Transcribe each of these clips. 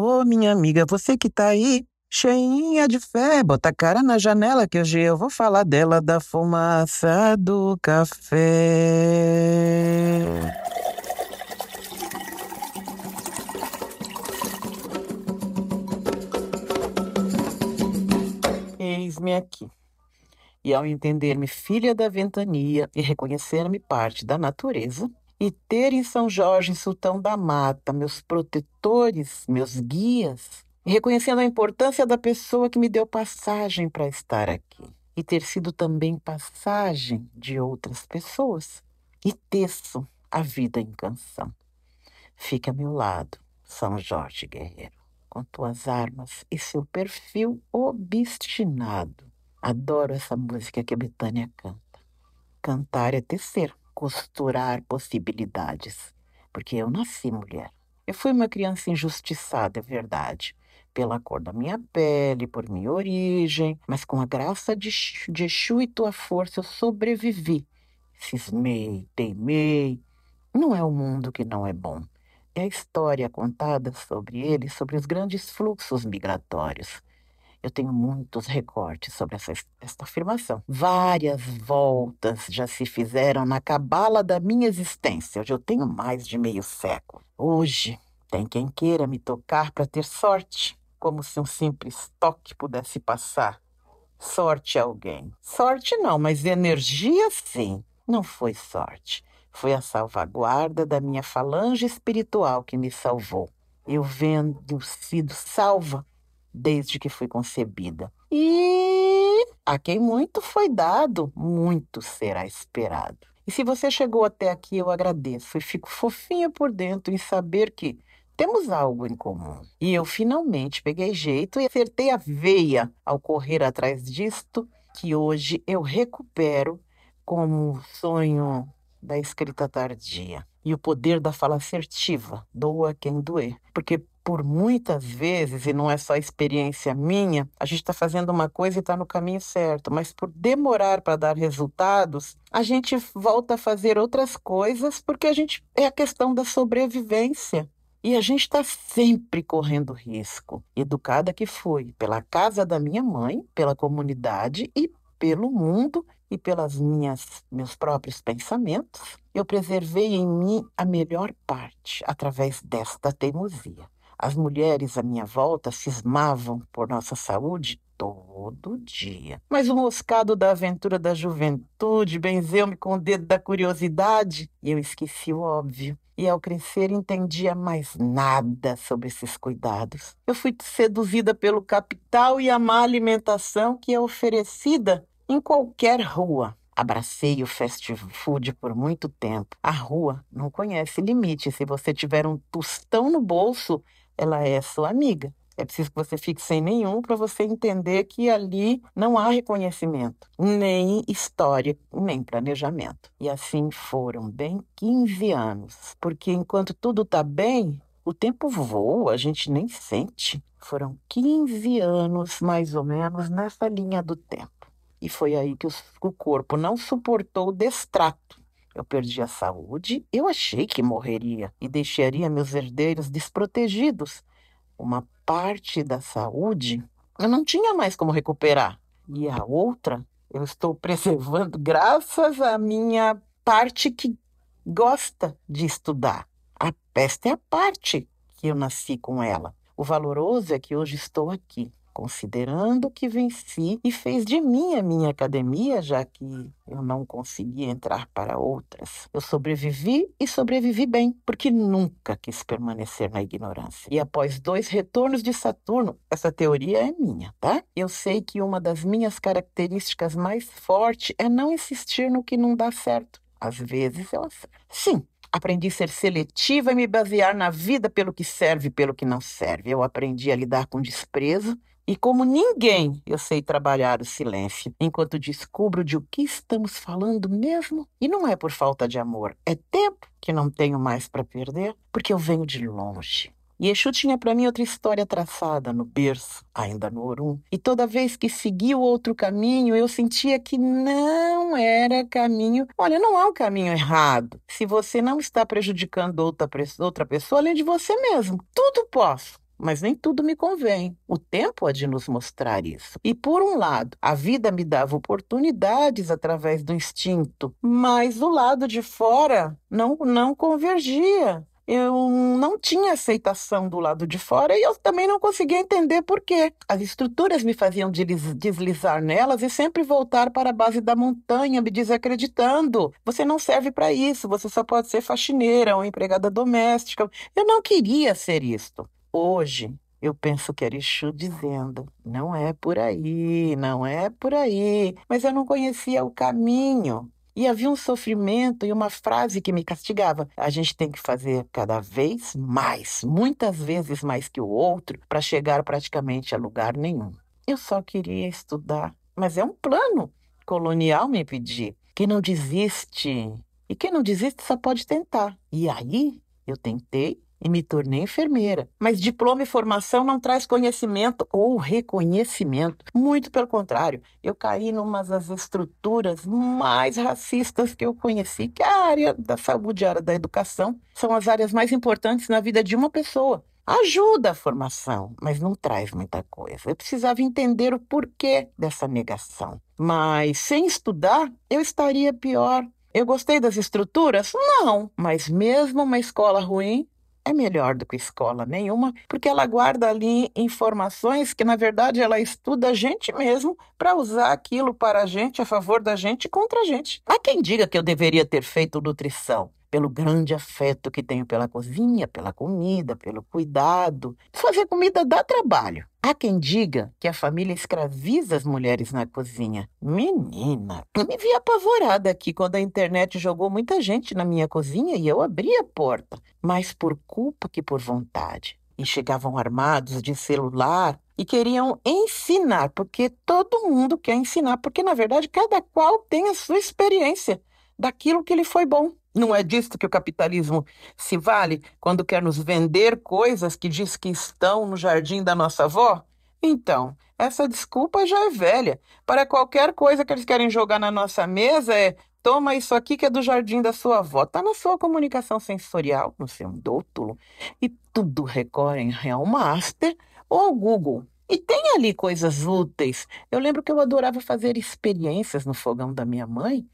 Alô, minha amiga, você que tá aí, cheinha de fé, bota a cara na janela que hoje eu vou falar dela, da fumaça do café. Eis-me aqui. E ao entender-me filha da ventania e reconhecer-me parte da natureza, e ter em São Jorge, em Sultão da Mata, meus protetores, meus guias, e reconhecendo a importância da pessoa que me deu passagem para estar aqui, e ter sido também passagem de outras pessoas, e teço a vida em canção. Fique a meu lado, São Jorge guerreiro, com tuas armas e seu perfil obstinado. Adoro essa música que a Bethânia canta. Cantar é tecer, costurar possibilidades. Porque eu nasci mulher. Eu fui uma criança injustiçada, é verdade, pela cor da minha pele, por minha origem, mas com a graça de Exu e tua força eu sobrevivi. Cismei, teimei. Não é o mundo que não é bom. É a história contada sobre ele, sobre os grandes fluxos migratórios. Eu tenho muitos recortes sobre esta afirmação. Várias voltas já se fizeram na cabala da minha existência. Hoje eu tenho mais de meio século. Hoje tem quem queira me tocar para ter sorte, como se um simples toque pudesse passar. Sorte a alguém. Sorte não, mas energia sim. Não foi sorte. Foi a salvaguarda da minha falange espiritual que me salvou. Eu vendo sido salva desde que fui concebida. E a quem muito foi dado, muito será esperado. E se você chegou até aqui, eu agradeço e fico fofinha por dentro em saber que temos algo em comum. E eu finalmente peguei jeito e acertei a veia ao correr atrás disto que hoje eu recupero como o sonho da escrita tardia. E o poder da fala assertiva, doa quem doer. Porque por muitas vezes, e não é só experiência minha, a gente está fazendo uma coisa e está no caminho certo, mas por demorar para dar resultados, a gente volta a fazer outras coisas porque a gente é a questão da sobrevivência. E a gente está sempre correndo risco. Educada que fui pela casa da minha mãe, pela comunidade e pelo mundo e pelas meus próprios pensamentos, eu preservei em mim a melhor parte através desta teimosia. As mulheres à minha volta cismavam por nossa saúde todo dia. Mas o moscado da aventura da juventude benzeu-me com o dedo da curiosidade e eu esqueci o óbvio. E ao crescer entendia mais nada sobre esses cuidados. Eu fui seduzida pelo capital e a má alimentação que é oferecida em qualquer rua. Abracei o fast food por muito tempo. A rua não conhece limite. Se você tiver um tostão no bolso, ela é sua amiga. É preciso que você fique sem nenhum para você entender que ali não há reconhecimento, nem história, nem planejamento. E assim foram bem 15 anos, porque enquanto tudo está bem, o tempo voa, a gente nem sente. Foram 15 anos, mais ou menos, nessa linha do tempo. E foi aí que o corpo não suportou o destrato. Eu perdi a saúde, eu achei que morreria e deixaria meus herdeiros desprotegidos. Uma parte da saúde eu não tinha mais como recuperar. E a outra eu estou preservando graças à minha parte que gosta de estudar. A peste é a parte que eu nasci com ela. O valoroso é que hoje estou aqui, considerando que venci e fez de mim a minha academia, já que eu não consegui entrar para outras. Eu sobrevivi e sobrevivi bem, porque nunca quis permanecer na ignorância. E após 2 retornos de Saturno, essa teoria é minha, tá? Eu sei que uma das minhas características mais fortes é não insistir no que não dá certo. Às vezes eu acerto. Sim, aprendi a ser seletiva e me basear na vida pelo que serve e pelo que não serve. Eu aprendi a lidar com desprezo e como ninguém, eu sei trabalhar o silêncio, enquanto descubro de o que estamos falando mesmo. E não é por falta de amor, é tempo que não tenho mais para perder, porque eu venho de longe. E Exu tinha para mim outra história traçada no berço, ainda no Orum. E toda vez que segui o outro caminho, eu sentia que não era caminho. Olha, não há um caminho errado se você não está prejudicando outra pessoa além de você mesmo. Tudo posso. mas nem tudo me convém. O tempo há de nos mostrar isso. E por um lado, a vida me dava oportunidades através do instinto, mas o lado de fora não convergia. Eu não tinha aceitação do lado de fora e eu também não conseguia entender por quê. As estruturas me faziam deslizar nelas e sempre voltar para a base da montanha, me desacreditando. Você não serve para isso, você só pode ser faxineira ou empregada doméstica. Eu não queria ser isto. Hoje, eu penso que era Exu dizendo: não é por aí, não é por aí. Mas eu não conhecia o caminho. E havia um sofrimento e uma frase que me castigava. A gente tem que fazer cada vez mais, muitas vezes mais que o outro, para chegar praticamente a lugar nenhum. Eu só queria estudar, mas é um plano colonial me pedir. Quem não desiste, e quem não desiste só pode tentar. E aí eu tentei e me tornei enfermeira. Mas diploma e formação não traz conhecimento ou reconhecimento. Muito pelo contrário, eu caí numa das estruturas mais racistas que eu conheci, que é a área da saúde, a área da educação, são as áreas mais importantes na vida de uma pessoa. Ajuda a formação, mas não traz muita coisa. Eu precisava entender o porquê dessa negação. Mas sem estudar, eu estaria pior. Eu gostei das estruturas? Não, mas mesmo uma escola ruim é melhor do que escola nenhuma, porque ela guarda ali informações que, na verdade, ela estuda a gente mesmo para usar aquilo para a gente, a favor da gente e contra a gente. Há quem diga que eu deveria ter feito nutrição, pelo grande afeto que tenho pela cozinha, pela comida, pelo cuidado. Fazer comida dá trabalho. Há quem diga que a família escraviza as mulheres na cozinha. Menina, eu me vi apavorada aqui quando a internet jogou muita gente na minha cozinha e eu abri a porta, mais por culpa que por vontade. E chegavam armados de celular e queriam ensinar, porque todo mundo quer ensinar, porque na verdade cada qual tem a sua experiência daquilo que lhe foi bom. Não é disto que o capitalismo se vale quando quer nos vender coisas que diz que estão no jardim da nossa avó? Então, essa desculpa já é velha. Para qualquer coisa que eles querem jogar na nossa mesa é: toma isso aqui que é do jardim da sua avó. Está na sua comunicação sensorial, no seu dótulo, e tudo recorre ao Master ou ao Google. E tem ali coisas úteis. Eu lembro que eu adorava fazer experiências no fogão da minha mãe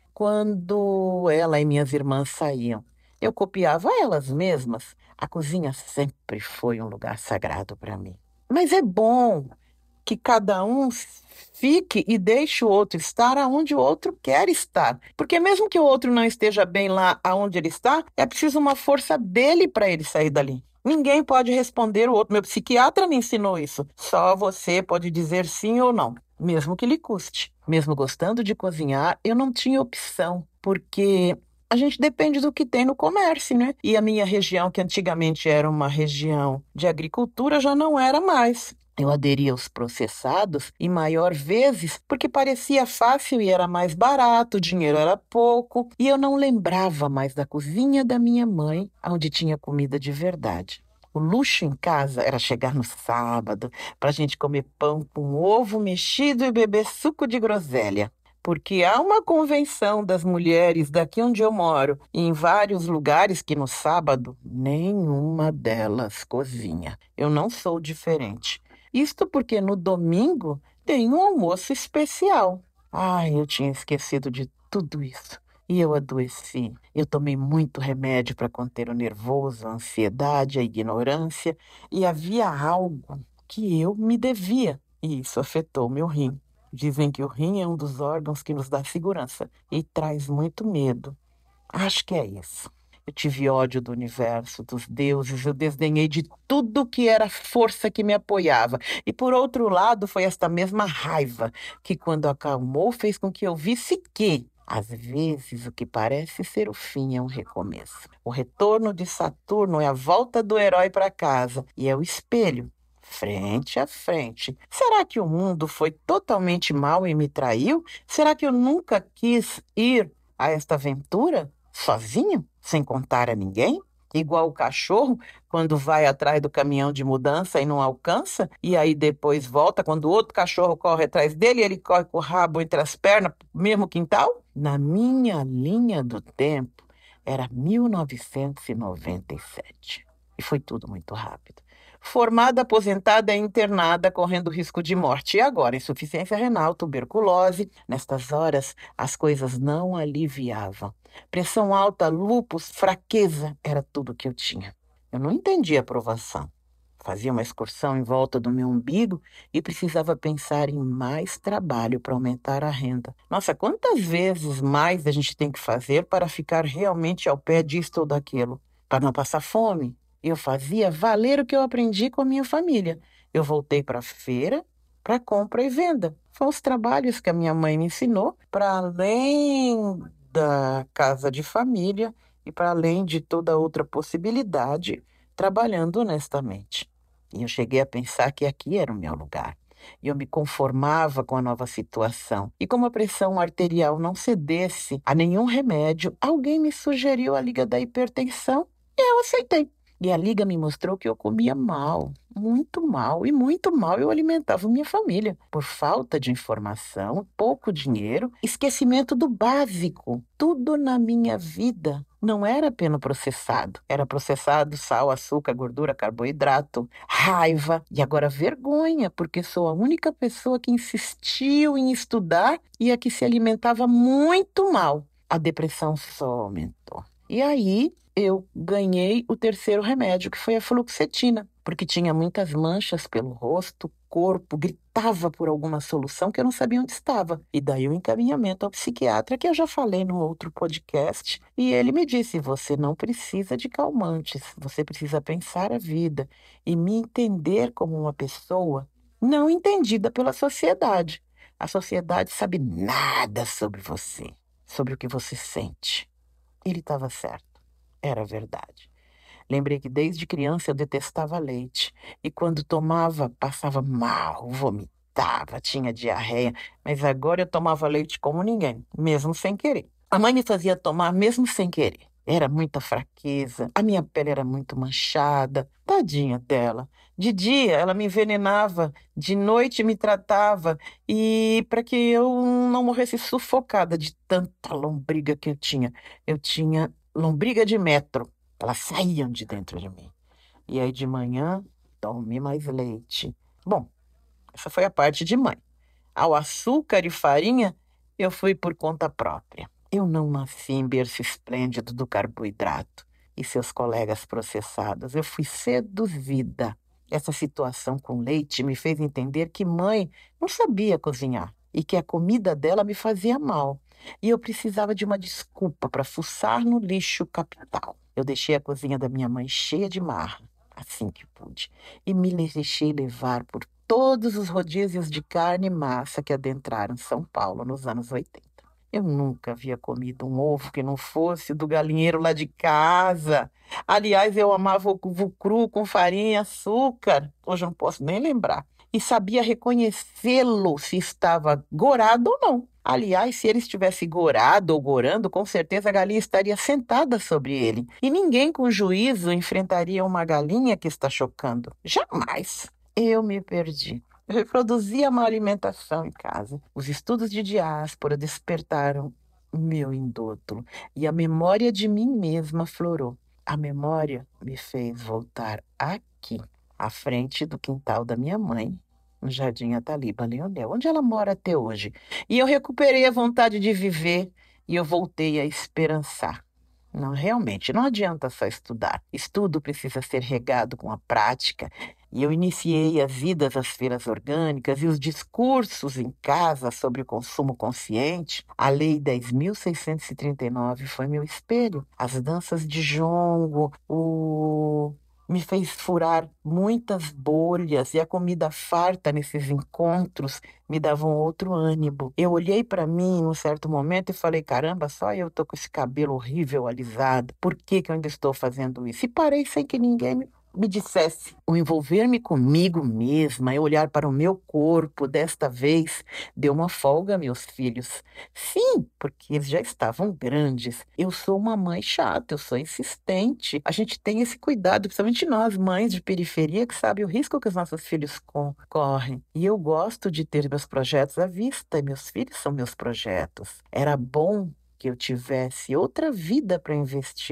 quando ela e minhas irmãs saíam. Eu copiava elas mesmas. A cozinha sempre foi um lugar sagrado para mim. Mas é bom que cada um fique e deixe o outro estar aonde o outro quer estar. Porque mesmo que o outro não esteja bem lá aonde ele está, é preciso uma força dele para ele sair dali. Ninguém pode responder o outro. Meu psiquiatra me ensinou isso. Só você pode dizer sim ou não, mesmo que lhe custe. Mesmo gostando de cozinhar, eu não tinha opção, porque a gente depende do que tem no comércio, né? E a minha região, que antigamente era uma região de agricultura, já não era mais. Eu aderia aos processados em maior vezes porque parecia fácil e era mais barato, o dinheiro era pouco, e eu não lembrava mais da cozinha da minha mãe, onde tinha comida de verdade. O luxo em casa era chegar no sábado para a gente comer pão com ovo mexido e beber suco de groselha. Porque há uma convenção das mulheres daqui onde eu moro, e em vários lugares que no sábado nenhuma delas cozinha. Eu não sou diferente. Isto porque no domingo tem um almoço especial. Ai, eu tinha esquecido de tudo isso. E eu adoeci. Eu tomei muito remédio para conter o nervoso, a ansiedade, a ignorância. E havia algo que eu me devia. E isso afetou meu rim. Dizem que o rim é um dos órgãos que nos dá segurança e traz muito medo. Acho que é isso. Eu tive ódio do universo, dos deuses, eu desdenhei de tudo que era força que me apoiava. E por outro lado, foi esta mesma raiva que, quando acalmou, fez com que eu visse que, às vezes, o que parece ser o fim é um recomeço. O retorno de Saturno é a volta do herói para casa e é o espelho. Frente a frente. Será que o mundo foi totalmente mau e me traiu? Será que eu nunca quis ir a esta aventura sozinho, sem contar a ninguém? Igual o cachorro, quando vai atrás do caminhão de mudança e não alcança, e aí depois volta, quando o outro cachorro corre atrás dele, ele corre com o rabo entre as pernas, mesmo quintal? Na minha linha do tempo, era 1997. E foi tudo muito rápido. Formada, aposentada e internada, correndo risco de morte. E agora, insuficiência renal, tuberculose. Nestas horas, as coisas não aliviavam. Pressão alta, lúpus, fraqueza, era tudo que eu tinha. Eu não entendia a provação. Fazia uma excursão em volta do meu umbigo e precisava pensar em mais trabalho para aumentar a renda. Nossa, quantas vezes mais a gente tem que fazer para ficar realmente ao pé disto ou daquilo? Para não passar fome? Eu fazia valer o que eu aprendi com a minha família. Eu voltei para a feira, para compra e venda. Foram os trabalhos que a minha mãe me ensinou, para além da casa de família e para além de toda outra possibilidade, trabalhando honestamente. E eu cheguei a pensar que aqui era o meu lugar. E eu me conformava com a nova situação. E como a pressão arterial não cedesse a nenhum remédio, alguém me sugeriu a liga da hipertensão e eu aceitei. E a liga me mostrou que eu comia mal, e muito mal eu alimentava minha família. Por falta de informação, pouco dinheiro, esquecimento do básico. Tudo na minha vida não era apenas processado. Era processado sal, açúcar, gordura, carboidrato, raiva e agora vergonha, porque sou a única pessoa que insistiu em estudar e a que se alimentava muito mal. A depressão só aumentou. E aí eu ganhei o terceiro remédio, que foi a fluoxetina, porque tinha muitas manchas pelo rosto, corpo, gritava por alguma solução que eu não sabia onde estava. E daí o encaminhamento ao psiquiatra, que eu já falei no outro podcast, e ele me disse: você não precisa de calmantes, você precisa pensar a vida e me entender como uma pessoa não entendida pela sociedade. A sociedade sabe nada sobre você, sobre o que você sente. Ele estava certo. Era verdade. Lembrei que desde criança eu detestava leite. E quando tomava, passava mal, vomitava, tinha diarreia. Mas agora eu tomava leite como ninguém, mesmo sem querer. A mãe me fazia tomar mesmo sem querer. Era muita fraqueza, a minha pele era muito manchada. Tadinha dela. De dia ela me envenenava, de noite me tratava, e para que eu não morresse sufocada de tanta lombriga que eu tinha. Eu tinha lombriga de metro. Elas saíam de dentro de mim. E aí de manhã, tome mais leite. Bom, essa foi a parte de mãe. Ao açúcar e farinha, eu fui por conta própria. Eu não nasci em berço esplêndido do carboidrato e seus colegas processados. Eu fui seduzida. Essa situação com leite me fez entender que mãe não sabia cozinhar e que a comida dela me fazia mal. E eu precisava de uma desculpa para fuçar no lixo capital. Eu deixei a cozinha da minha mãe cheia de marra, assim que pude, e me deixei levar por todos os rodízios de carne e massa que adentraram São Paulo nos anos 80. Eu nunca havia comido um ovo que não fosse do galinheiro lá de casa. Aliás, eu amava o ovo cru com farinha e açúcar. Hoje eu não posso nem lembrar. E sabia reconhecê-lo se estava gorado ou não. Aliás, se ele estivesse gorado ou gorando, com certeza a galinha estaria sentada sobre ele. E ninguém com juízo enfrentaria uma galinha que está chocando. Jamais. Eu me perdi. Eu reproduzia a má alimentação em casa. Os estudos de diáspora despertaram meu indútero e a memória de mim mesma aflorou. A memória me fez voltar aqui, à frente do quintal da minha mãe, no Jardim Ataliba Leonel, onde ela mora até hoje. E eu recuperei a vontade de viver e eu voltei a esperançar. Não, realmente, não adianta só estudar. Estudo precisa ser regado com a prática. E eu iniciei as idas às feiras orgânicas e os discursos em casa sobre o consumo consciente. A Lei 10.639 foi meu espelho. As danças de jongo, me fez furar muitas bolhas e a comida farta nesses encontros me dava um outro ânimo. Eu olhei para mim num certo momento e falei: caramba, só eu tô com esse cabelo horrível alisado. Por que que eu ainda estou fazendo isso? E parei sem que ninguém me dissesse. O envolver-me comigo mesma e olhar para o meu corpo, desta vez, deu uma folga a meus filhos. Sim, porque eles já estavam grandes. Eu sou uma mãe chata, eu sou insistente. A gente tem esse cuidado, principalmente nós, mães de periferia, que sabem o risco que os nossos filhos correm. E eu gosto de ter meus projetos à vista, e meus filhos são meus projetos. Era bom que eu tivesse outra vida para investir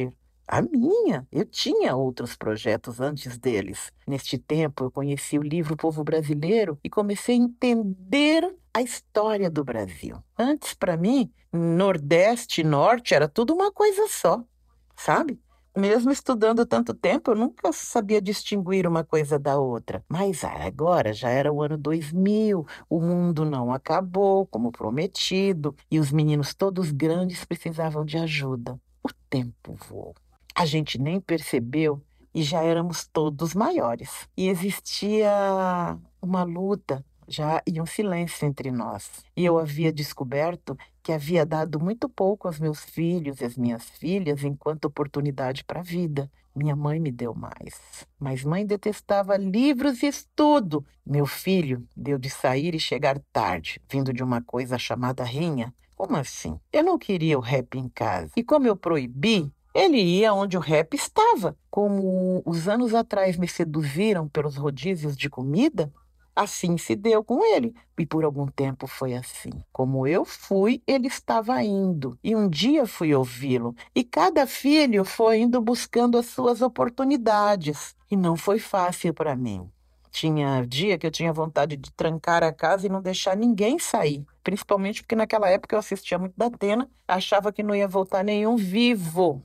A minha. Eu tinha outros projetos antes deles. Neste tempo, eu conheci o livro Povo Brasileiro e comecei a entender a história do Brasil. Antes, para mim, Nordeste e Norte era tudo uma coisa só, sabe? Mesmo estudando tanto tempo, eu nunca sabia distinguir uma coisa da outra. Mas agora já era o ano 2000, o mundo não acabou, como prometido, e os meninos todos grandes precisavam de ajuda. O tempo voou. A gente nem percebeu e já éramos todos maiores. E existia uma luta já e um silêncio entre nós. E eu havia descoberto que havia dado muito pouco aos meus filhos e às minhas filhas enquanto oportunidade para a vida. Minha mãe me deu mais. Mas mãe detestava livros e estudo. Meu filho deu de sair e chegar tarde, vindo de uma coisa chamada rinha. Como assim? Eu não queria o rap em casa. E como eu proibi, ele ia onde o rap estava. Como os anos atrás me seduziram pelos rodízios de comida, assim se deu com ele. E por algum tempo foi assim. Como eu fui, ele estava indo. E um dia fui ouvi-lo. E cada filho foi indo buscando as suas oportunidades. E não foi fácil para mim. Tinha dia que eu tinha vontade de trancar a casa e não deixar ninguém sair. Principalmente porque naquela época eu assistia muito da Atena, achava que não ia voltar nenhum vivo.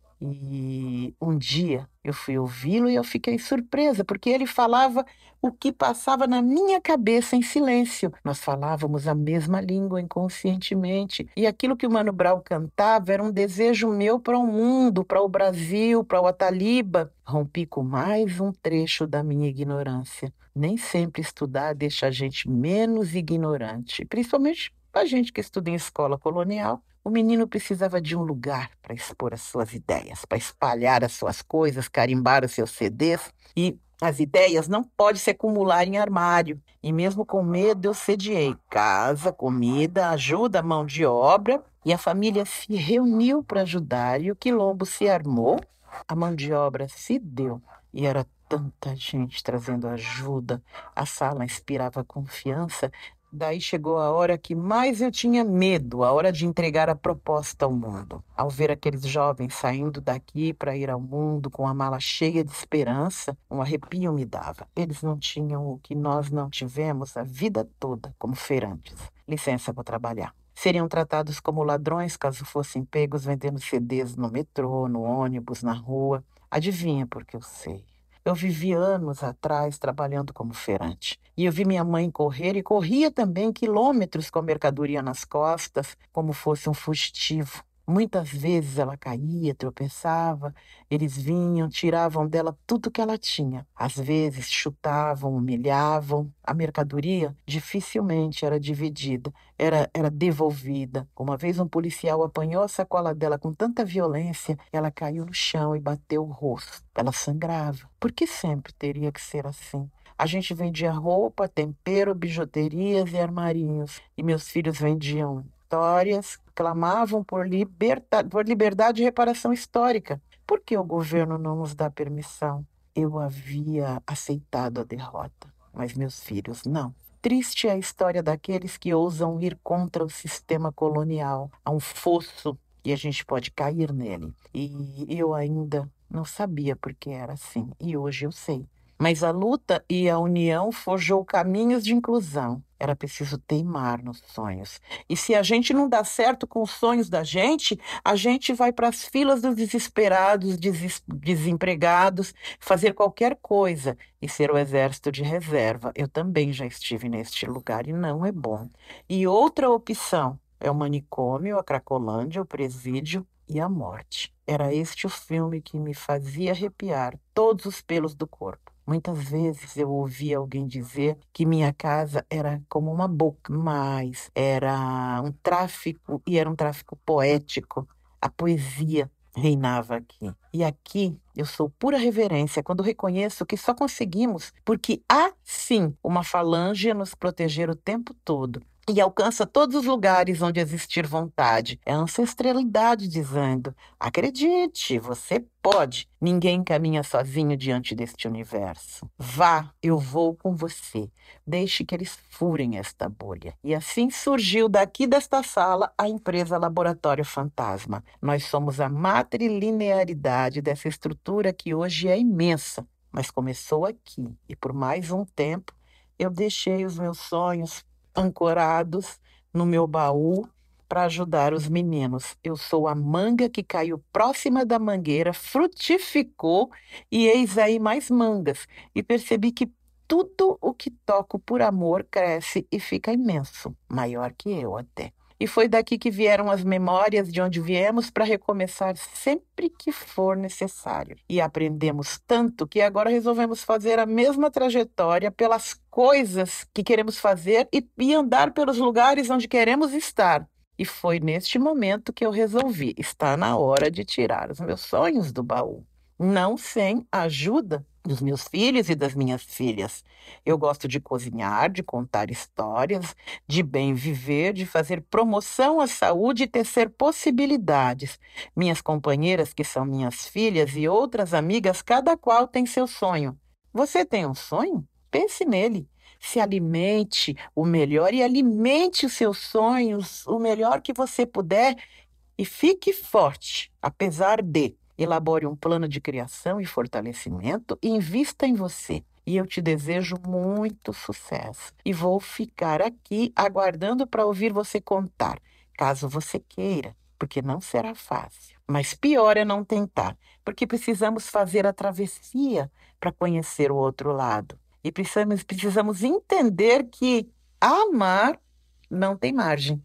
E um dia eu fui ouvi-lo e eu fiquei surpresa, porque ele falava o que passava na minha cabeça em silêncio. Nós falávamos a mesma língua inconscientemente. E aquilo que o Mano Brown cantava era um desejo meu para o mundo, para o Brasil, para o Ataliba. Rompi com mais um trecho da minha ignorância. Nem sempre estudar deixa a gente menos ignorante, principalmente a gente que estuda em escola colonial. O menino precisava de um lugar para expor as suas ideias, para espalhar as suas coisas, carimbar os seus CDs. E as ideias não podem se acumular em armário. E mesmo com medo, eu sediei casa, comida, ajuda, mão de obra. E a família se reuniu para ajudar. E o quilombo se armou, a mão de obra se deu. E era tanta gente trazendo ajuda. A sala inspirava confiança. Daí chegou a hora que mais eu tinha medo, a hora de entregar a proposta ao mundo. Ao ver aqueles jovens saindo daqui para ir ao mundo com a mala cheia de esperança, um arrepio me dava. Eles não tinham o que nós não tivemos a vida toda como feirantes. Licença, vou trabalhar. Seriam tratados como ladrões caso fossem pegos vendendo CDs no metrô, no ônibus, na rua. Adivinha porque eu sei. Eu vivi anos atrás trabalhando como feirante. E eu vi minha mãe correr e corria também quilômetros com a mercadoria nas costas, como fosse um fugitivo. Muitas vezes ela caía, tropeçava, eles vinham, tiravam dela tudo que ela tinha. Às vezes chutavam, humilhavam. A mercadoria dificilmente era dividida, era devolvida. Uma vez um policial apanhou a sacola dela com tanta violência, ela caiu no chão e bateu o rosto. Ela sangrava. Por que sempre teria que ser assim? A gente vendia roupa, tempero, bijuterias e armarinhos. E meus filhos vendiam histórias, clamavam por liberdade e reparação histórica. Por que o governo não nos dá permissão? Eu havia aceitado a derrota, mas meus filhos não. Triste é a história daqueles que ousam ir contra o sistema colonial. Há um fosso e a gente pode cair nele. E eu ainda não sabia por que era assim, e hoje eu sei. Mas a luta e a união forjou caminhos de inclusão. Era preciso teimar nos sonhos. E se a gente não dá certo com os sonhos da gente, a gente vai para as filas dos desesperados, desempregados, fazer qualquer coisa e ser o exército de reserva. Eu também já estive neste lugar e não é bom. E outra opção é o manicômio, a Cracolândia, o presídio e a morte. Era este o filme que me fazia arrepiar todos os pelos do corpo. Muitas vezes eu ouvia alguém dizer que minha casa era como uma boca, mas era um tráfico e era um tráfico poético. A poesia reinava aqui. E aqui eu sou pura reverência quando reconheço que só conseguimos porque há sim uma falange a nos proteger o tempo todo. e alcança todos os lugares onde existir vontade. É a ancestralidade dizendo: acredite, você pode. Ninguém caminha sozinho diante deste universo. Vá, eu vou com você. Deixe que eles furem esta bolha. E assim surgiu daqui desta sala a empresa Laboratório Fantasma. Nós somos a matrilinearidade dessa estrutura que hoje é imensa, mas começou aqui. E por mais um tempo eu deixei os meus sonhos ancorados no meu baú para ajudar os meninos. Eu sou a manga que caiu próxima da mangueira, frutificou e eis aí mais mangas. E percebi que tudo o que toco por amor cresce e fica imenso, maior que eu até. E foi daqui que vieram as memórias de onde viemos para recomeçar sempre que for necessário. E aprendemos tanto que agora resolvemos fazer a mesma trajetória pelas coisas que queremos fazer e andar pelos lugares onde queremos estar. E foi neste momento que eu resolvi: está na hora de tirar os meus sonhos do baú. Não sem a ajuda dos meus filhos e das minhas filhas. Eu gosto de cozinhar, de contar histórias, de bem viver, de fazer promoção à saúde e tecer possibilidades. Minhas companheiras, que são minhas filhas, e outras amigas, cada qual tem seu sonho. Você tem um sonho? Pense nele. Se alimente o melhor e alimente os seus sonhos o melhor que você puder e fique forte, apesar de. Elabore um plano de criação e fortalecimento e invista em você. E eu te desejo muito sucesso. E vou ficar aqui aguardando para ouvir você contar, caso você queira, porque não será fácil. Mas pior é não tentar, porque precisamos fazer a travessia para conhecer o outro lado. E precisamos entender que amar não tem margem.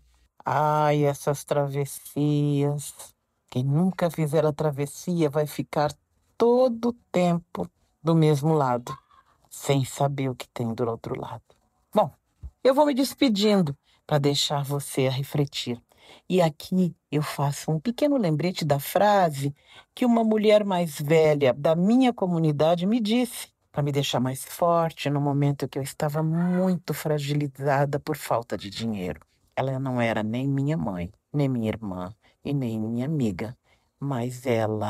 Ai, essas travessias. Quem nunca fizer a travessia vai ficar todo o tempo do mesmo lado, sem saber o que tem do outro lado. Bom, eu vou me despedindo para deixar você a refletir. E aqui eu faço um pequeno lembrete da frase que uma mulher mais velha da minha comunidade me disse para me deixar mais forte no momento que eu estava muito fragilizada por falta de dinheiro. Ela não era nem minha mãe, nem minha irmã e nem minha amiga, mas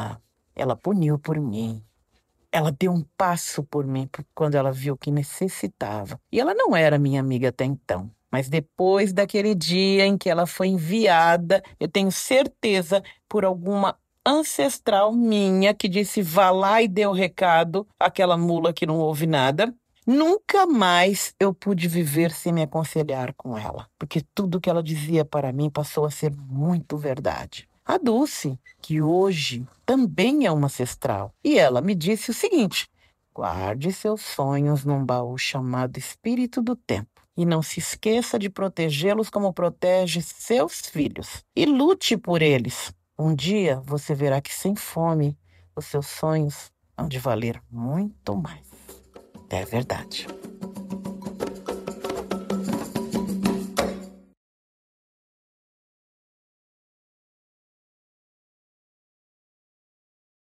ela puniu por mim. Ela deu um passo por mim quando ela viu que necessitava. E ela não era minha amiga até então. Mas depois daquele dia em que ela foi enviada, eu tenho certeza, por alguma ancestral minha que disse: vá lá e dê o recado àquela mula que não ouve nada. Nunca mais eu pude viver sem me aconselhar com ela, porque tudo que ela dizia para mim passou a ser muito verdade. A Dulce, que hoje também é uma ancestral, e ela me disse o seguinte: guarde seus sonhos num baú chamado Espírito do Tempo e não se esqueça de protegê-los como protege seus filhos e lute por eles. Um dia você verá que sem fome os seus sonhos hão de valer muito mais. É verdade.